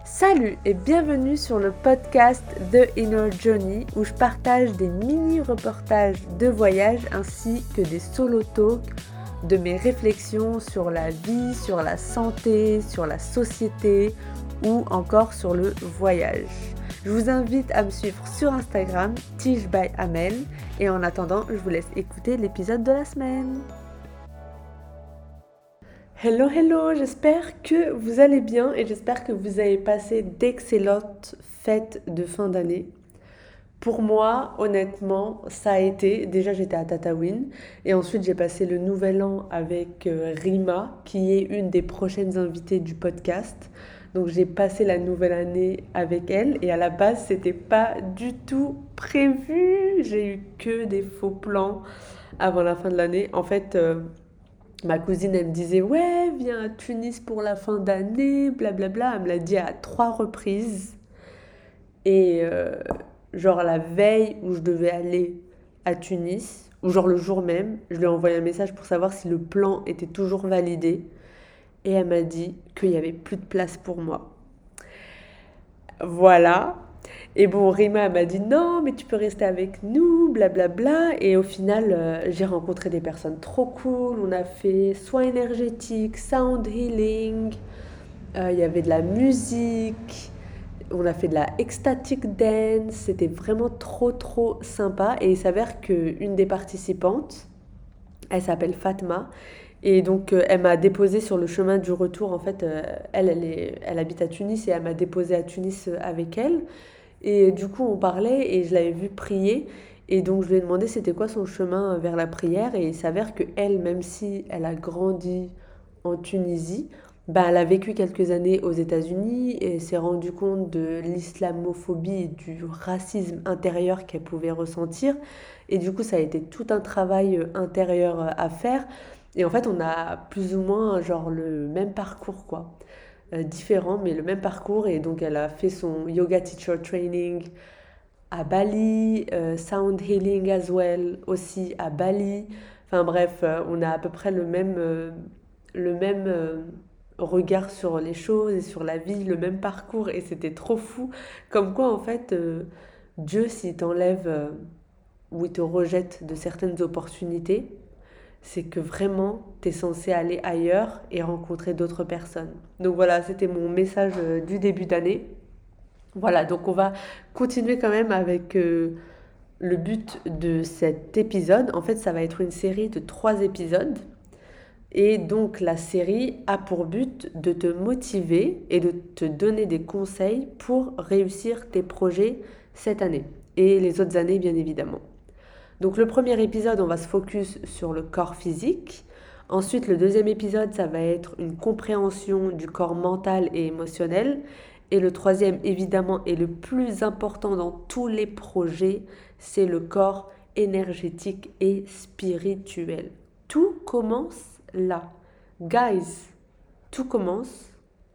Salut et bienvenue sur le podcast The Inner Journey où je partage des mini-reportages de voyage ainsi que des solo talks de mes réflexions sur la vie, sur la santé, sur la société ou encore sur le voyage. Je vous invite à me suivre sur Instagram, Tige by Amel, et en attendant, je vous laisse écouter l'épisode de la semaine. Hello, j'espère que vous allez bien et j'espère que vous avez passé d'excellentes fêtes de fin d'année. Pour moi, honnêtement, ça a été, déjà j'étais à Tataouine et ensuite j'ai passé le nouvel an avec Rima, qui est une des prochaines invitées du podcast. Donc j'ai passé la nouvelle année avec elle et à la base c'était pas du tout prévu. J'ai eu que des faux plans avant la fin de l'année. En fait, ma cousine, elle me disait, ouais, viens à Tunis pour la fin d'année, blablabla. Elle me l'a dit à 3 reprises. Et genre la veille où je devais aller à Tunis, ou genre le jour même, je lui ai envoyé un message pour savoir si le plan était toujours validé. Et elle m'a dit qu'il n'y avait plus de place pour moi. Voilà. Et bon, Rima m'a dit non, mais tu peux rester avec nous, blablabla. Et au final, j'ai rencontré des personnes trop cool. On a fait soins énergétiques, sound healing, il y avait de la musique, on a fait de la ecstatic dance. C'était vraiment trop sympa. Et il s'avère qu'une des participantes, elle s'appelle Fatma. Et donc, elle m'a déposée sur le chemin du retour. En fait, elle habite à Tunis et elle m'a déposée à Tunis avec elle. Et du coup, on parlait et je l'avais vue prier. Et donc, je lui ai demandé c'était quoi son chemin vers la prière. Et il s'avère que elle, même si elle a grandi en Tunisie, bah, elle a vécu quelques années aux États-Unis et s'est rendue compte de l'islamophobie et du racisme intérieur qu'elle pouvait ressentir. Et du coup, ça a été tout un travail intérieur à faire. Et en fait, on a plus ou moins genre le même parcours, quoi. Différent, mais le même parcours. Et donc, elle a fait son yoga teacher training à Bali, sound healing as well, aussi à Bali. Enfin bref, on a à peu près le même regard sur les choses et sur la vie, le même parcours. Et c'était trop fou. Comme quoi, en fait, Dieu, s'il t'enlève ou il te rejette de certaines opportunités, c'est que vraiment, tu es censé aller ailleurs et rencontrer d'autres personnes. Donc voilà, c'était mon message du début d'année. Voilà, donc on va continuer quand même avec le but de cet épisode. En fait, ça va être une série de 3 épisodes. Et donc la série a pour but de te motiver et de te donner des conseils pour réussir tes projets cette année. Et les autres années, bien évidemment. Donc le premier épisode, on va se focus sur le corps physique. Ensuite, le deuxième épisode, ça va être une compréhension du corps mental et émotionnel. Et le troisième, évidemment, et le plus important dans tous les projets, c'est le corps énergétique et spirituel. Tout commence là. Guys, tout commence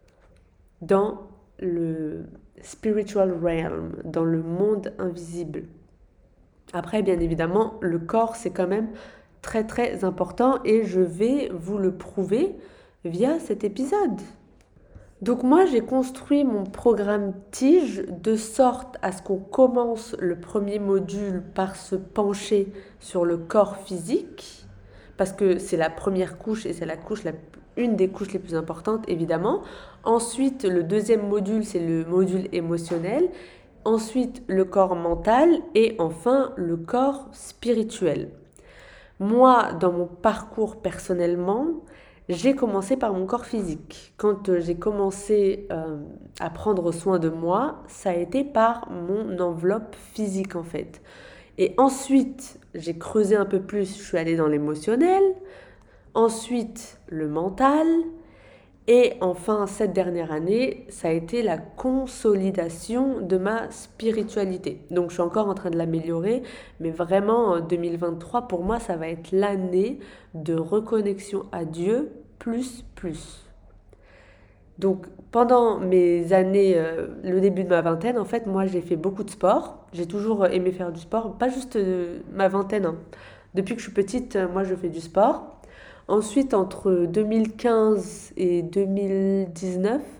dans le spiritual realm, dans le monde invisible. Après, bien évidemment, le corps, c'est quand même très important et je vais vous le prouver via cet épisode. Donc moi, j'ai construit mon programme Tige de sorte à ce qu'on commence le premier module par se pencher sur le corps physique, parce que c'est la première couche et c'est une des couches les plus importantes, évidemment. Ensuite, le deuxième module, c'est le module émotionnel. Ensuite, le corps mental et enfin le corps spirituel. Moi, dans mon parcours personnellement, j'ai commencé par mon corps physique. Quand j'ai commencé à prendre soin de moi, ça a été par mon enveloppe physique en fait. Et ensuite, j'ai creusé un peu plus, je suis allée dans l'émotionnel, ensuite le mental, et enfin, cette dernière année, ça a été la consolidation de ma spiritualité. Donc, je suis encore en train de l'améliorer, mais vraiment, 2023, pour moi, ça va être l'année de reconnexion à Dieu plus. Donc, pendant mes années, le début de ma vingtaine, en fait, moi, j'ai fait beaucoup de sport. J'ai toujours aimé faire du sport, pas juste ma vingtaine, hein. Depuis que je suis petite, moi, je fais du sport. Ensuite, entre 2015 et 2019,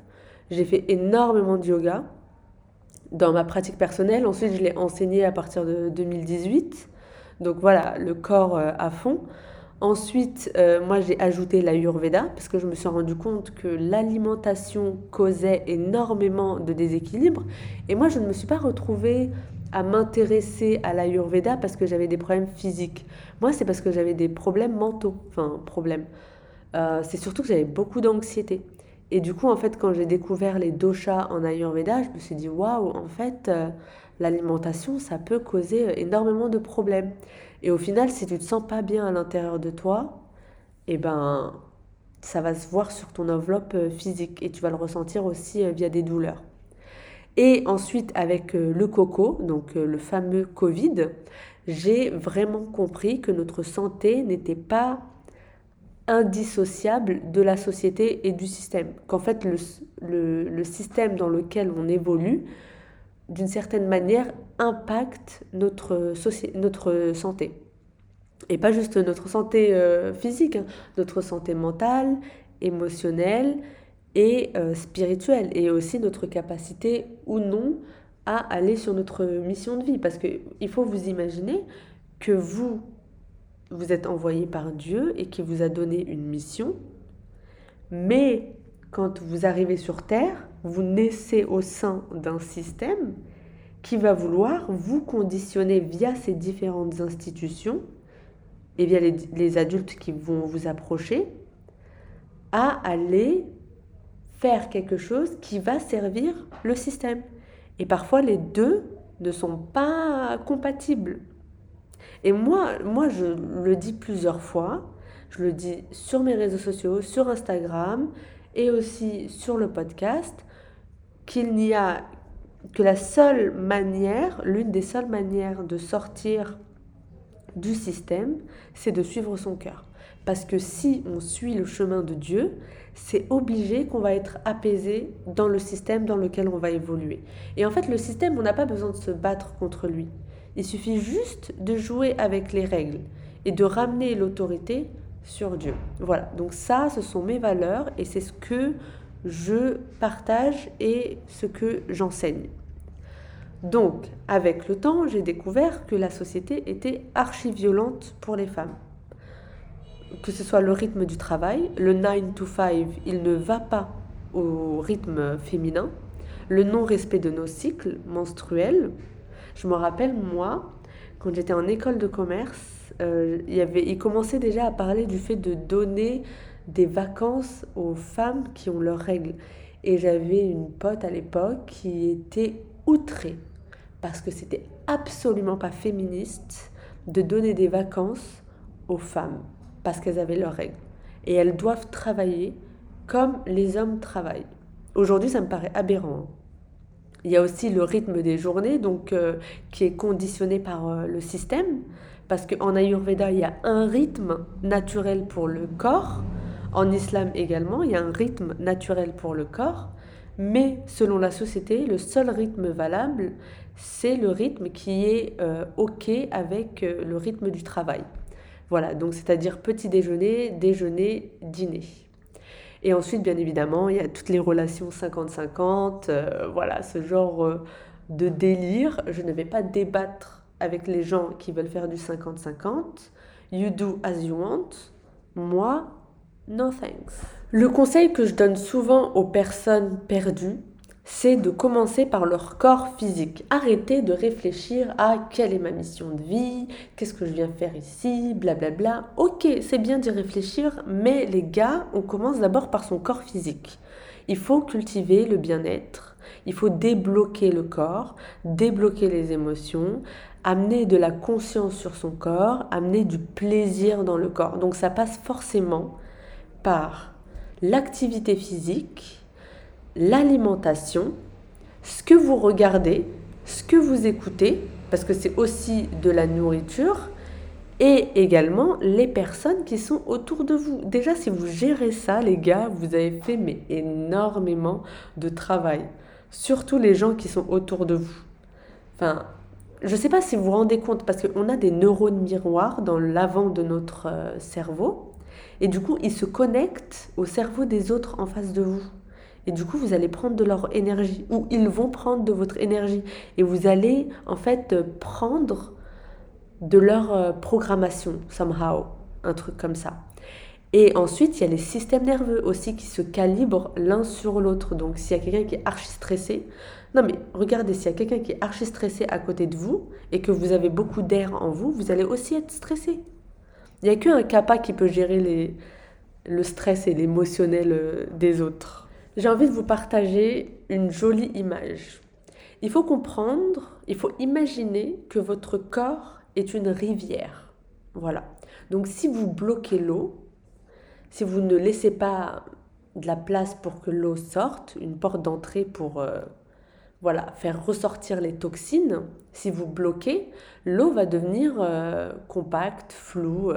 J'ai fait énormément de yoga dans ma pratique personnelle. Ensuite, je l'ai enseigné à partir de 2018. Donc voilà, le corps à fond. Ensuite, moi, j'ai ajouté l'Ayurveda parce que je me suis rendu compte que l'alimentation causait énormément de déséquilibre. Et moi, je ne me suis pas retrouvée à m'intéresser à l'Ayurveda parce que j'avais des problèmes physiques. Moi, c'est parce que j'avais des problèmes mentaux. Enfin, problèmes. C'est surtout que j'avais beaucoup d'anxiété. Et du coup, en fait, quand j'ai découvert les doshas en Ayurveda, je me suis dit, waouh, en fait, l'alimentation, ça peut causer énormément de problèmes. Et au final, si tu te sens pas bien à l'intérieur de toi, eh ben, ça va se voir sur ton enveloppe physique et tu vas le ressentir aussi via des douleurs. Et ensuite, avec le coco, donc le fameux Covid, j'ai vraiment compris que notre santé n'était pas indissociable de la société et du système. Qu'en fait, le système dans lequel on évolue, d'une certaine manière, impacte notre santé. Et pas juste notre santé physique, hein, notre santé mentale, émotionnelle et spirituelle. Et aussi notre capacité ou non à aller sur notre mission de vie. Parce qu'il faut vous imaginer que vous êtes envoyé par Dieu et qui vous a donné une mission. Mais quand vous arrivez sur Terre, vous naissez au sein d'un système qui va vouloir vous conditionner via ces différentes institutions et via les adultes qui vont vous approcher à aller faire quelque chose qui va servir le système. Et parfois, les deux ne sont pas compatibles. Et moi, je le dis plusieurs fois, je le dis sur mes réseaux sociaux, sur Instagram et aussi sur le podcast, qu'il n'y a que la seule manière, l'une des seules manières de sortir du système, c'est de suivre son cœur. Parce que si on suit le chemin de Dieu, c'est obligé qu'on va être apaisé dans le système dans lequel on va évoluer. Et en fait, le système, on n'a pas besoin de se battre contre lui. Il suffit juste de jouer avec les règles et de ramener l'autorité sur Dieu. Voilà, donc ça, ce sont mes valeurs et c'est ce que je partage et ce que j'enseigne. Donc, avec le temps, j'ai découvert que la société était archi-violente pour les femmes. Que ce soit le rythme du travail, le 9 to 5, il ne va pas au rythme féminin, le non-respect de nos cycles menstruels. Je me rappelle, moi, quand j'étais en école de commerce, il commençait déjà à parler du fait de donner des vacances aux femmes qui ont leurs règles. Et j'avais une pote à l'époque qui était outrée parce que c'était absolument pas féministe de donner des vacances aux femmes parce qu'elles avaient leurs règles. Et elles doivent travailler comme les hommes travaillent. Aujourd'hui, ça me paraît aberrant. Il y a aussi le rythme des journées, donc qui est conditionné par le système, parce qu'en Ayurveda, il y a un rythme naturel pour le corps. En islam également, il y a un rythme naturel pour le corps. Mais selon la société, le seul rythme valable, c'est le rythme qui est OK avec le rythme du travail. Voilà, donc c'est-à-dire petit déjeuner, déjeuner, dîner. Et ensuite, bien évidemment, il y a toutes les relations 50-50, voilà, ce genre de délire. Je ne vais pas débattre avec les gens qui veulent faire du 50-50. You do as you want. Moi, no thanks. Le conseil que je donne souvent aux personnes perdues, c'est de commencer par leur corps physique. Arrêtez de réfléchir à quelle est ma mission de vie, qu'est-ce que je viens faire ici, blablabla. Ok, c'est bien d'y réfléchir, mais les gars, on commence d'abord par son corps physique. Il faut cultiver le bien-être, il faut débloquer le corps, débloquer les émotions, amener de la conscience sur son corps, amener du plaisir dans le corps. Donc ça passe forcément par l'activité physique, l'alimentation, ce que vous regardez, ce que vous écoutez, parce que c'est aussi de la nourriture, et également les personnes qui sont autour de vous. Déjà, si vous gérez ça, les gars, vous avez fait énormément de travail. Surtout les gens qui sont autour de vous. Enfin, je ne sais pas si vous vous rendez compte, parce qu'on a des neurones miroirs dans l'avant de notre cerveau, et du coup, ils se connectent au cerveau des autres en face de vous. Et du coup, vous allez prendre de leur énergie, ou ils vont prendre de votre énergie. Et vous allez, en fait, prendre de leur programmation, somehow, un truc comme ça. Et ensuite, il y a les systèmes nerveux aussi qui se calibrent l'un sur l'autre. Donc, s'il y a quelqu'un qui est archi stressé, non mais regardez, s'il y a quelqu'un qui est archi stressé à côté de vous et que vous avez beaucoup d'air en vous, vous allez aussi être stressé. Il n'y a qu'un kappa qui peut gérer le stress et l'émotionnel des autres. J'ai envie de vous partager une jolie image. Il faut comprendre, il faut imaginer que votre corps est une rivière. Voilà. Donc si vous bloquez l'eau, si vous ne laissez pas de la place pour que l'eau sorte, une porte d'entrée pour voilà, faire ressortir les toxines, si vous bloquez, l'eau va devenir compacte, floue,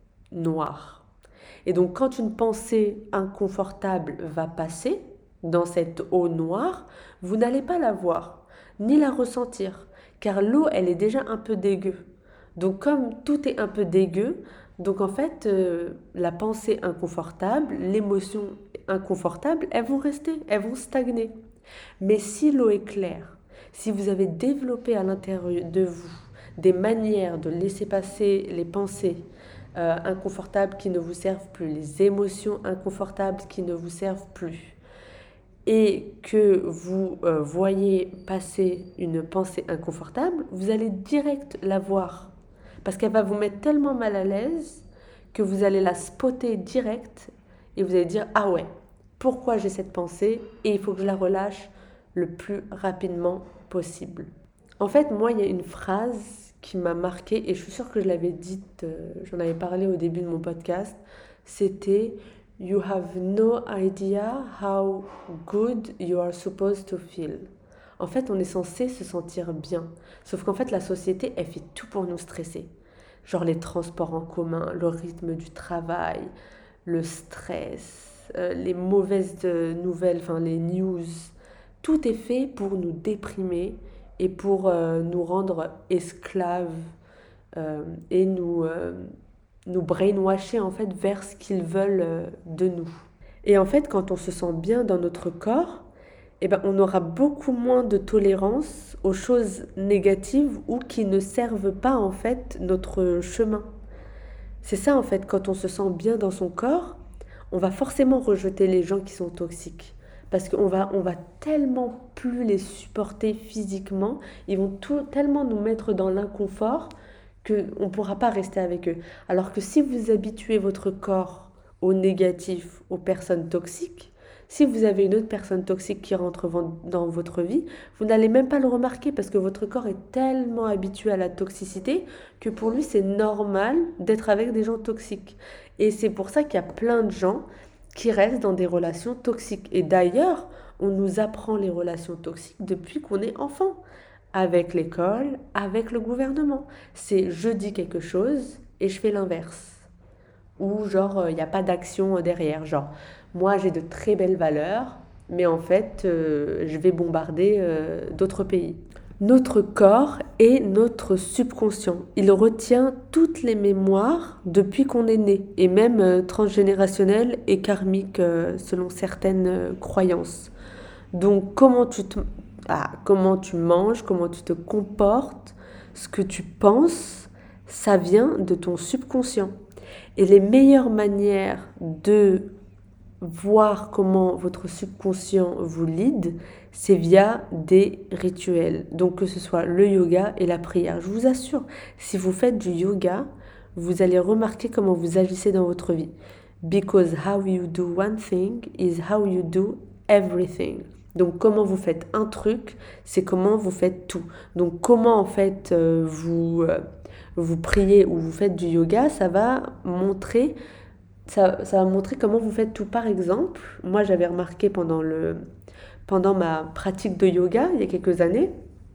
noire. Et donc quand une pensée inconfortable va passer dans cette eau noire, vous n'allez pas la voir, ni la ressentir, car l'eau, elle est déjà un peu dégueu. Donc comme tout est un peu dégueu, donc en fait, la pensée inconfortable, l'émotion inconfortable, elles vont rester, elles vont stagner. Mais si l'eau est claire, si vous avez développé à l'intérieur de vous des manières de laisser passer les pensées inconfortables qui ne vous servent plus, les émotions inconfortables qui ne vous servent plus, et que vous voyez passer une pensée inconfortable, vous allez direct la voir. Parce qu'elle va vous mettre tellement mal à l'aise que vous allez la spotter direct et vous allez dire « Ah ouais, pourquoi j'ai cette pensée et il faut que je la relâche le plus rapidement possible. » En fait, moi, il y a une phrase qui m'a marquée et je suis sûre que je l'avais dite, j'en avais parlé au début de mon podcast, c'était « You have no idea how good you are supposed to feel ». En fait, on est censé se sentir bien. Sauf qu'en fait, la société, elle fait tout pour nous stresser. Genre les transports en commun, le rythme du travail, le stress, les mauvaises nouvelles, enfin les news. Tout est fait pour nous déprimer et pour nous rendre esclaves et nous brainwasher en fait vers ce qu'ils veulent de nous. Et en fait, quand on se sent bien dans notre corps, eh ben, on aura beaucoup moins de tolérance aux choses négatives ou qui ne servent pas en fait notre chemin. C'est ça en fait, quand on se sent bien dans son corps, on va forcément rejeter les gens qui sont toxiques. Parce qu'on va tellement plus les supporter physiquement, ils vont tellement nous mettre dans l'inconfort qu'on ne pourra pas rester avec eux. Alors que si vous habituez votre corps au négatif, aux personnes toxiques, si vous avez une autre personne toxique qui rentre dans votre vie, vous n'allez même pas le remarquer parce que votre corps est tellement habitué à la toxicité que pour lui c'est normal d'être avec des gens toxiques. Et c'est pour ça qu'il y a plein de gens qui restent dans des relations toxiques. Et d'ailleurs, on nous apprend les relations toxiques depuis qu'on est enfant, avec l'école, avec le gouvernement. C'est je dis quelque chose et je fais l'inverse. Ou genre, il n'y a pas d'action derrière. Genre, moi j'ai de très belles valeurs, mais en fait, je vais bombarder d'autres pays. Notre corps est notre subconscient. Il retient toutes les mémoires depuis qu'on est né, et même transgénérationnelles et karmiques selon certaines croyances. Donc comment tu manges, comment tu te comportes, ce que tu penses, ça vient de ton subconscient. Et les meilleures manières de voir comment votre subconscient vous lead, c'est via des rituels. Donc que ce soit le yoga et la prière. Je vous assure, si vous faites du yoga, vous allez remarquer comment vous agissez dans votre vie. Because how you do one thing is how you do everything. Donc comment vous faites un truc, c'est comment vous faites tout. Donc comment en fait vous priez ou vous faites du yoga, ça va montrer comment vous faites tout. Par exemple, moi j'avais remarqué pendant ma pratique de yoga il y a quelques années,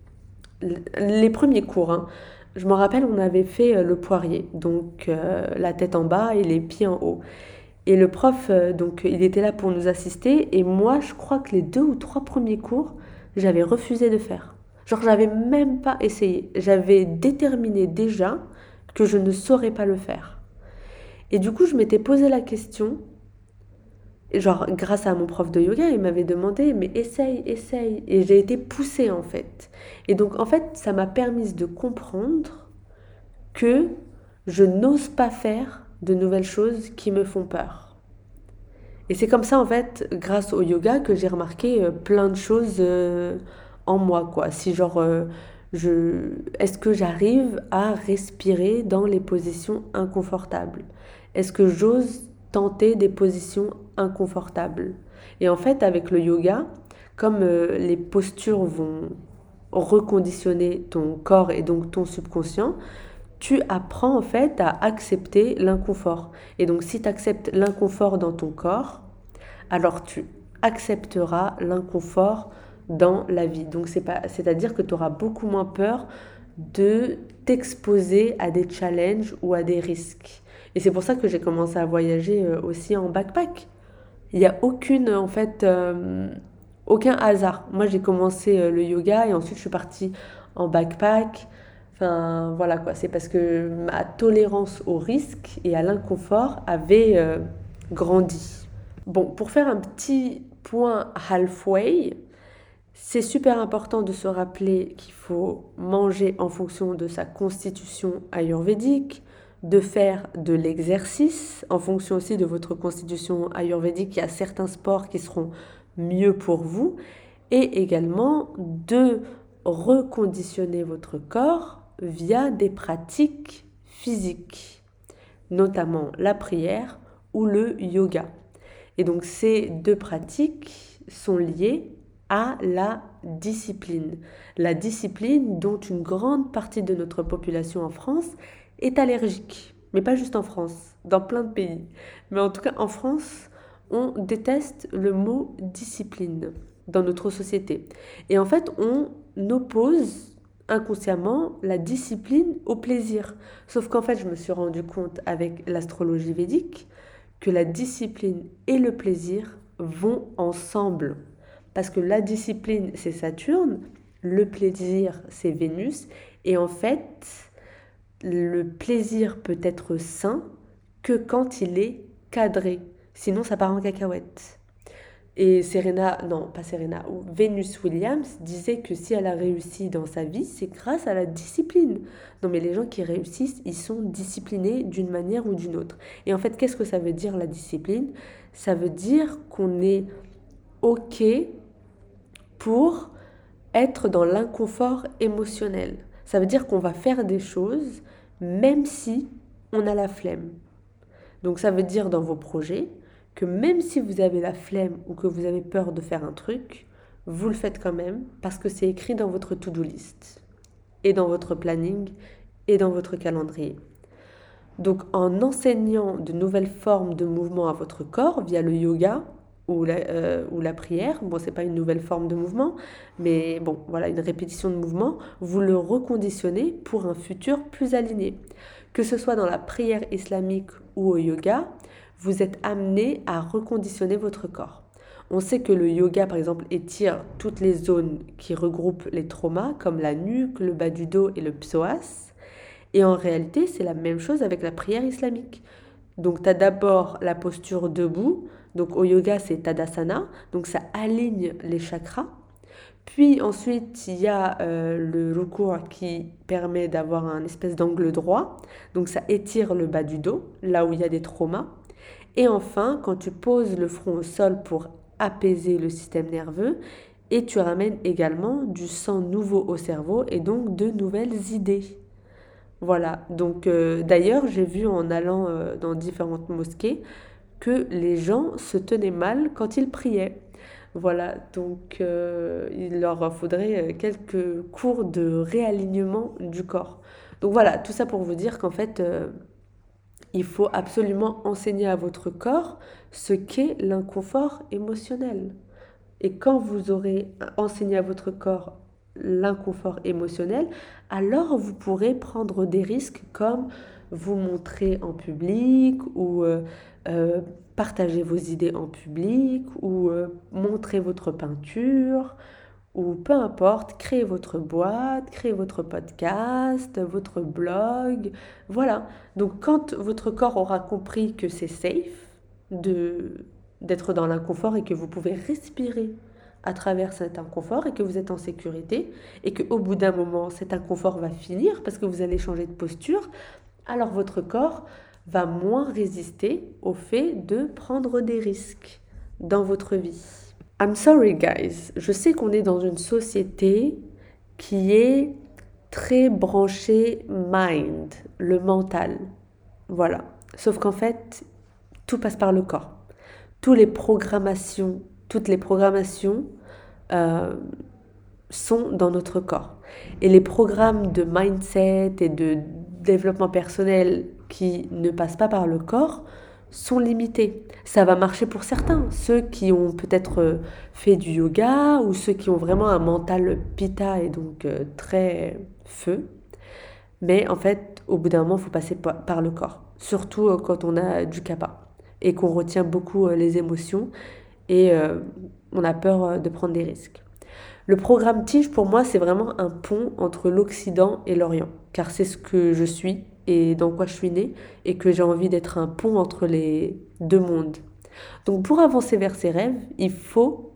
les premiers cours, hein, je me rappelle, on avait fait le poirier, donc la tête en bas et les pieds en haut. Et le prof, donc il était là pour nous assister, et moi je crois que les 2 ou 3 premiers cours, j'avais refusé de faire. Genre j'avais même pas essayé, j'avais déterminé déjà que je ne saurais pas le faire. Et du coup je m'étais posé la question, Genre, grâce à mon prof de yoga, il m'avait demandé, mais essaye, essaye. Et j'ai été poussée en fait. Et donc, en fait, ça m'a permis de comprendre que je n'ose pas faire de nouvelles choses qui me font peur. Et c'est comme ça, en fait, grâce au yoga, que j'ai remarqué plein de choses en moi, quoi. Si genre, est-ce que j'arrive à respirer dans les positions inconfortables? Est-ce que j'ose tenter des positions inconfortables? Et en fait, avec le yoga, comme les postures vont reconditionner ton corps et donc ton subconscient, tu apprends en fait à accepter l'inconfort. Et donc si tu acceptes l'inconfort dans ton corps, alors tu accepteras l'inconfort dans la vie. Donc c'est-à-dire que tu auras beaucoup moins peur de t'exposer à des challenges ou à des risques. Et c'est pour ça que j'ai commencé à voyager aussi en backpack. Il n'y a aucun hasard. Moi, j'ai commencé le yoga et ensuite je suis partie en backpack. Enfin, voilà quoi. C'est parce que ma tolérance au risque et à l'inconfort avait grandi. Bon, pour faire un petit point halfway, c'est super important de se rappeler qu'il faut manger en fonction de sa constitution ayurvédique, de faire de l'exercice en fonction aussi de votre constitution ayurvédique. Il y a certains sports qui seront mieux pour vous et également de reconditionner votre corps via des pratiques physiques, notamment la prière ou le yoga. Et donc ces deux pratiques sont liées à la discipline. La discipline dont une grande partie de notre population en France est allergique. Mais pas juste en France, dans plein de pays. Mais en tout cas en France, on déteste le mot discipline dans notre société. Et en fait, on oppose inconsciemment la discipline au plaisir. Sauf qu'en fait, je me suis rendu compte avec l'astrologie védique que la discipline et le plaisir vont ensemble. Parce que la discipline, c'est Saturne, le plaisir, c'est Vénus. Et en fait, le plaisir peut être sain que quand il est cadré. Sinon, ça part en cacahuète. Et non, pas Serena, Venus Williams disait que si elle a réussi dans sa vie, c'est grâce à la discipline. Non, mais les gens qui réussissent, ils sont disciplinés d'une manière ou d'une autre. Et en fait, qu'est-ce que ça veut dire la discipline? Ça veut dire qu'on est OK pour être dans l'inconfort émotionnel. Ça veut dire qu'on va faire des choses même si on a la flemme. Donc ça veut dire dans vos projets que même si vous avez la flemme ou que vous avez peur de faire un truc, vous le faites quand même parce que c'est écrit dans votre to-do list et dans votre planning et dans votre calendrier. Donc en enseignant de nouvelles formes de mouvement à votre corps via le yoga ou la prière, bon c'est pas une nouvelle forme de mouvement, mais bon voilà une répétition de mouvement, vous le reconditionnez pour un futur plus aligné. Que ce soit dans la prière islamique ou au yoga, vous êtes amené à reconditionner votre corps. On sait que le yoga, par exemple, étire toutes les zones qui regroupent les traumas, comme la nuque, le bas du dos et le psoas. Et en réalité, c'est la même chose avec la prière islamique. Donc, tu as d'abord la posture debout. Donc, au yoga, c'est Tadasana. Donc, ça aligne les chakras. Puis ensuite, il y a le ruku' qui permet d'avoir un espèce d'angle droit. Donc, ça étire le bas du dos, là où il y a des traumas. Et enfin, quand tu poses le front au sol pour apaiser le système nerveux, et tu ramènes également du sang nouveau au cerveau et donc de nouvelles idées. Voilà, donc d'ailleurs j'ai vu en allant dans différentes mosquées que les gens se tenaient mal quand ils priaient. Voilà, donc il leur faudrait quelques cours de réalignement du corps. Donc voilà, tout ça pour vous dire qu'en fait, il faut absolument enseigner à votre corps ce qu'est l'inconfort émotionnel. Et quand vous aurez enseigné à votre corps l'inconfort émotionnel, alors vous pourrez prendre des risques comme vous montrer en public ou euh, partager vos idées en public ou montrer votre peinture ou peu importe, créer votre boîte, créer votre podcast, votre blog, voilà. Donc quand votre corps aura compris que c'est safe de d'être dans l'inconfort et que vous pouvez respirer à travers cet inconfort et que vous êtes en sécurité et qu'au bout d'un moment, cet inconfort va finir parce que vous allez changer de posture, alors votre corps va moins résister au fait de prendre des risques dans votre vie. I'm sorry guys, je sais qu'on est dans une société qui est très branchée mind, le mental. Voilà. Sauf qu'en fait, tout passe par le corps. Toutes les programmations euh, sont dans notre corps. Et les programmes de mindset et de développement personnel qui ne passent pas par le corps sont limités. Ça va marcher pour certains, ceux qui ont peut-être fait du yoga ou ceux qui ont vraiment un mental pitta et donc très feu. Mais en fait, au bout d'un moment, il faut passer par le corps, surtout quand on a du kappa et qu'on retient beaucoup les émotions et on a peur de prendre des risques. Le programme Tige, pour moi, c'est vraiment un pont entre l'Occident et l'Orient, car c'est ce que je suis et dans quoi je suis née, et que j'ai envie d'être un pont entre les deux mondes. Donc pour avancer vers ses rêves, il faut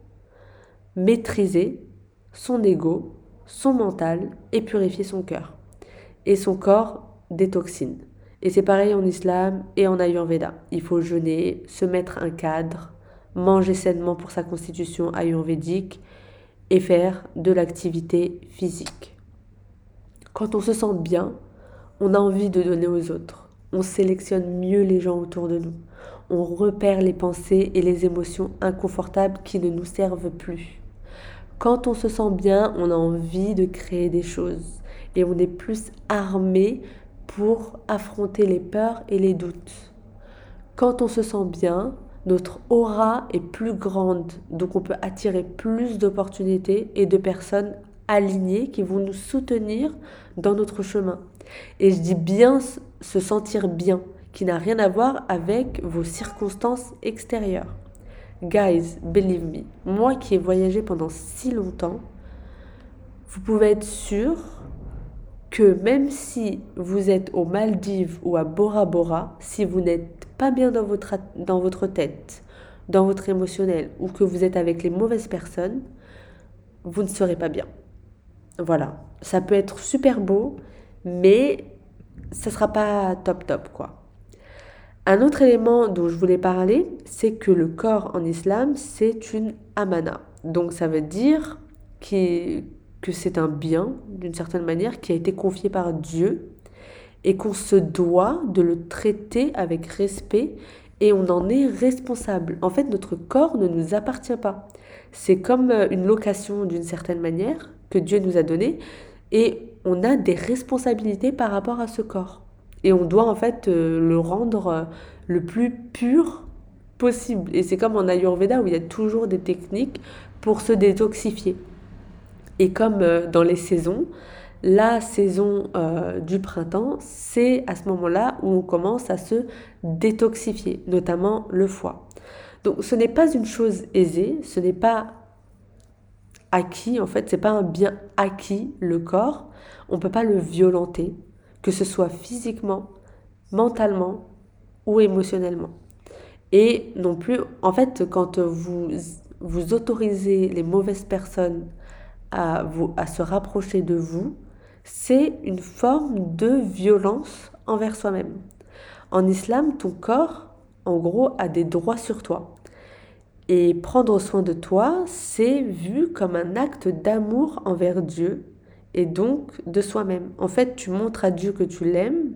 maîtriser son ego, son mental et purifier son cœur et son corps des toxines. Et c'est pareil en islam et en ayurveda. Il faut jeûner, se mettre un cadre, manger sainement pour sa constitution ayurvédique et faire de l'activité physique. Quand on se sent bien, on a envie de donner aux autres. On sélectionne mieux les gens autour de nous. On repère les pensées et les émotions inconfortables qui ne nous servent plus. Quand on se sent bien, on a envie de créer des choses et on est plus armé pour affronter les peurs et les doutes. Quand on se sent bien, notre aura est plus grande, donc on peut attirer plus d'opportunités et de personnes alignées qui vont nous soutenir dans notre chemin. Et je dis bien se sentir bien, qui n'a rien à voir avec vos circonstances extérieures. Guys, believe me, moi qui ai voyagé pendant si longtemps, vous pouvez être sûr que même si vous êtes aux Maldives ou à Bora Bora, si vous n'êtes pas bien dans votre tête, dans votre émotionnel, ou que vous êtes avec les mauvaises personnes, vous ne serez pas bien. Voilà, ça peut être super beau, mais ça ne sera pas top top quoi. Un autre élément dont je voulais parler, c'est que le corps en islam, c'est une amana. Donc ça veut dire que c'est un bien, d'une certaine manière, qui a été confié par Dieu et qu'on se doit de le traiter avec respect et on en est responsable. En fait, notre corps ne nous appartient pas. C'est comme une location d'une certaine manière que Dieu nous a donnée et on a des responsabilités par rapport à ce corps. Et on doit en fait le rendre le plus pur possible. Et c'est comme en Ayurveda où il y a toujours des techniques pour se détoxifier. Et comme dans les saisons, la saison du printemps, c'est à ce moment-là où on commence à se détoxifier, notamment le foie. Donc ce n'est pas une chose aisée, ce n'est pas acquis, en fait, c'est pas un bien acquis, le corps. On ne peut pas le violenter, que ce soit physiquement, mentalement ou émotionnellement. Et non plus, en fait, quand vous autorisez les mauvaises personnes à se rapprocher de vous, c'est une forme de violence envers soi-même. En islam, ton corps, en gros, a des droits sur toi. Et prendre soin de toi, c'est vu comme un acte d'amour envers Dieu et donc de soi-même. En fait, tu montres à Dieu que tu l'aimes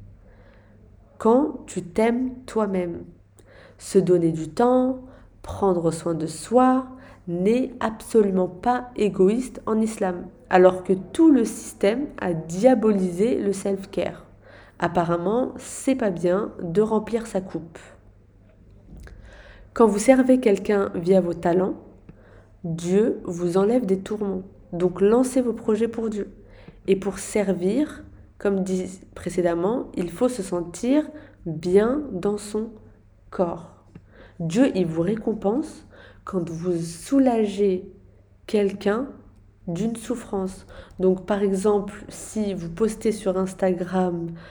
quand tu t'aimes toi-même. Se donner du temps, prendre soin de soi, n'est absolument pas égoïste en islam, alors que tout le système a diabolisé le self-care. Apparemment, c'est pas bien de remplir sa coupe. Quand vous servez quelqu'un via vos talents, Dieu vous enlève des tourments. Donc lancez vos projets pour Dieu. Et pour servir, comme dit précédemment, il faut se sentir bien dans son corps. Dieu, il vous récompense quand vous soulagez quelqu'un d'une souffrance. Donc par exemple, si vous postez sur Instagram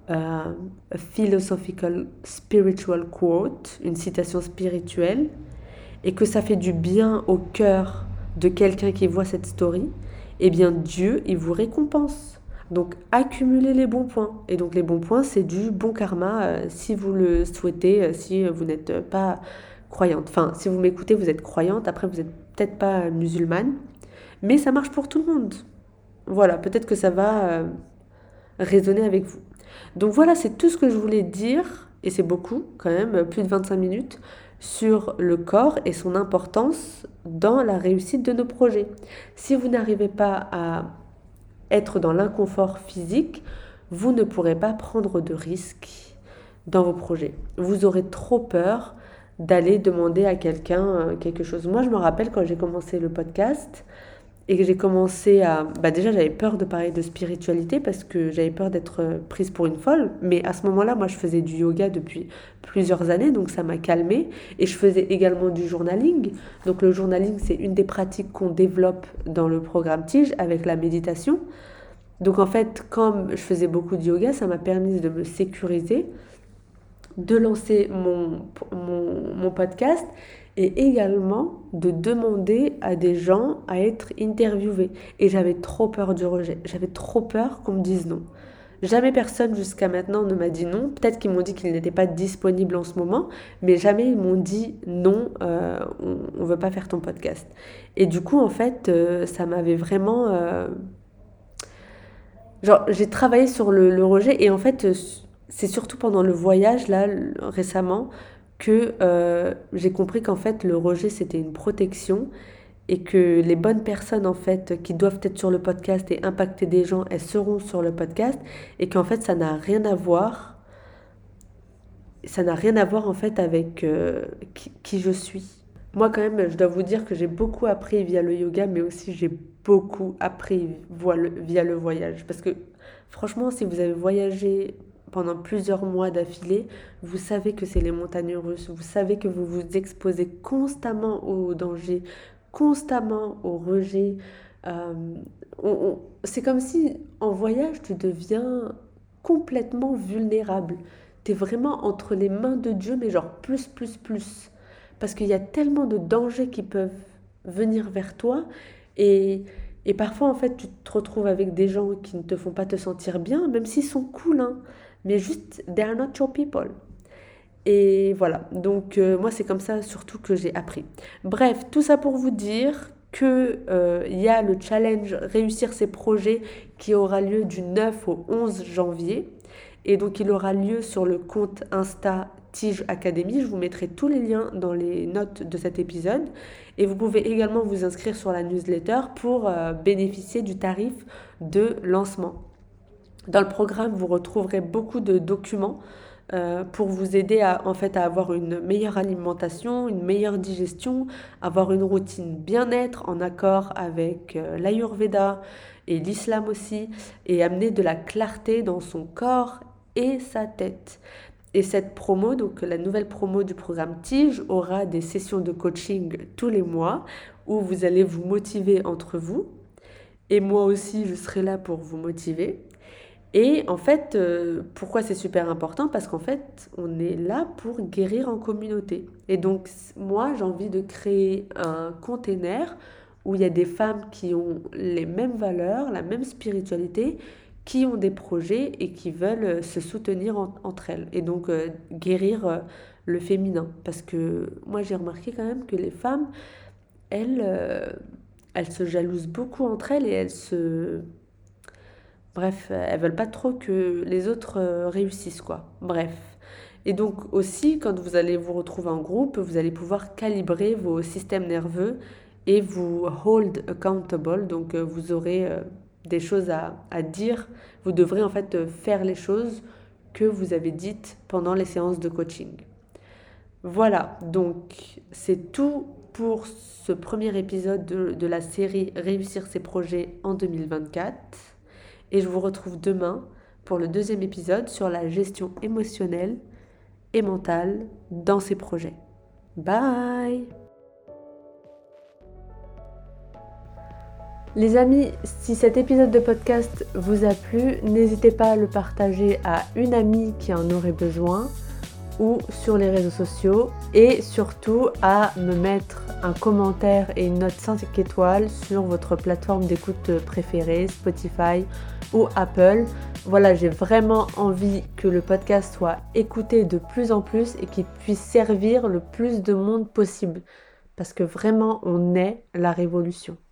a philosophical spiritual quote, une citation spirituelle, et que ça fait du bien au cœur de quelqu'un qui voit cette story, eh bien Dieu, il vous récompense. Donc accumulez les bons points. Et donc les bons points, c'est du bon karma si vous le souhaitez, si vous n'êtes pas croyante. Enfin, si vous m'écoutez, vous êtes croyante, après vous n'êtes peut-être pas musulmane, mais ça marche pour tout le monde. Voilà, peut-être que ça va résonner avec vous. Donc voilà, c'est tout ce que je voulais dire, et c'est beaucoup quand même, plus de 25 minutes, sur le corps et son importance dans la réussite de nos projets. Si vous n'arrivez pas à être dans l'inconfort physique, vous ne pourrez pas prendre de risques dans vos projets. Vous aurez trop peur d'aller demander à quelqu'un quelque chose. Moi, je me rappelle quand j'ai commencé le podcast, et que j'ai commencé à... Bah déjà, j'avais peur de parler de spiritualité parce que j'avais peur d'être prise pour une folle. Mais à ce moment-là, moi, je faisais du yoga depuis plusieurs années, donc ça m'a calmée. Et je faisais également du journaling. Donc le journaling, c'est une des pratiques qu'on développe dans le programme Tige avec la méditation. Donc en fait, comme je faisais beaucoup de yoga, ça m'a permis de me sécuriser, de lancer mon podcast et également de demander à des gens à être interviewés. Et j'avais trop peur du rejet. J'avais trop peur qu'on me dise non. Jamais personne jusqu'à maintenant ne m'a dit non. Peut-être qu'ils m'ont dit qu'ils n'étaient pas disponibles en ce moment, mais jamais ils m'ont dit non, on ne veut pas faire ton podcast. Et du coup, en fait, ça m'avait vraiment... Genre, j'ai travaillé sur le rejet et en fait, c'est surtout pendant le voyage, là, récemment, que j'ai compris qu'en fait, le rejet, c'était une protection et que les bonnes personnes, en fait, qui doivent être sur le podcast et impacter des gens, elles seront sur le podcast et qu'en fait, ça n'a rien à voir. Ça n'a rien à voir, en fait, avec qui je suis. Moi, quand même, je dois vous dire que j'ai beaucoup appris via le yoga, mais aussi j'ai beaucoup appris via le voyage. Parce que franchement, si vous avez voyagé pendant plusieurs mois d'affilée, vous savez que c'est les montagnes russes, vous savez que vous vous exposez constamment au danger, constamment au rejet. Euh, c'est comme si en voyage, tu deviens complètement vulnérable. Tu es vraiment entre les mains de Dieu, mais genre plus, plus, plus. Parce qu'il y a tellement de dangers qui peuvent venir vers toi. Et, et parfois, en fait, tu te retrouves avec des gens qui ne te font pas te sentir bien, même s'ils sont cool, hein. Mais juste, they are not your people. Et voilà. Donc, moi, c'est comme ça surtout que j'ai appris. Bref, tout ça pour vous dire que il y a le challenge Réussir ses projets qui aura lieu du 9 au 11 janvier. Et donc, il aura lieu sur le compte Insta Tige Academy. Je vous mettrai tous les liens dans les notes de cet épisode. Et vous pouvez également vous inscrire sur la newsletter pour bénéficier du tarif de lancement. Dans le programme, vous retrouverez beaucoup de documents pour vous aider en fait, à avoir une meilleure alimentation, une meilleure digestion, avoir une routine bien-être en accord avec l'Ayurveda et l'islam aussi, et amener de la clarté dans son corps et sa tête. Et cette promo, donc la nouvelle promo du programme Tige, aura des sessions de coaching tous les mois où vous allez vous motiver entre vous. Et moi aussi, je serai là pour vous motiver. Et en fait, pourquoi c'est super important? Parce qu'en fait, on est là pour guérir en communauté. Et donc, moi, j'ai envie de créer un container où il y a des femmes qui ont les mêmes valeurs, la même spiritualité, qui ont des projets et qui veulent se soutenir entre elles. Et donc, guérir le féminin. Parce que moi, j'ai remarqué quand même que les femmes, elles se jalousent beaucoup entre elles et elles se... Bref, elles veulent pas trop que les autres réussissent, quoi. Bref. Et donc aussi, quand vous allez vous retrouver en groupe, vous allez pouvoir calibrer vos systèmes nerveux et vous hold accountable. Donc vous aurez des choses à dire. Vous devrez en fait faire les choses que vous avez dites pendant les séances de coaching. Voilà, donc c'est tout pour ce premier épisode de la série Réussir ses projets en 2024. Et je vous retrouve demain pour le deuxième épisode sur la gestion émotionnelle et mentale dans ses projets. Bye! Les amis, si cet épisode de podcast vous a plu, n'hésitez pas à le partager à une amie qui en aurait besoin ou sur les réseaux sociaux et surtout à me mettre un commentaire et une note 5 étoiles sur votre plateforme d'écoute préférée, Spotify ou Apple. Voilà, j'ai vraiment envie que le podcast soit écouté de plus en plus et qu'il puisse servir le plus de monde possible parce que vraiment on est la révolution.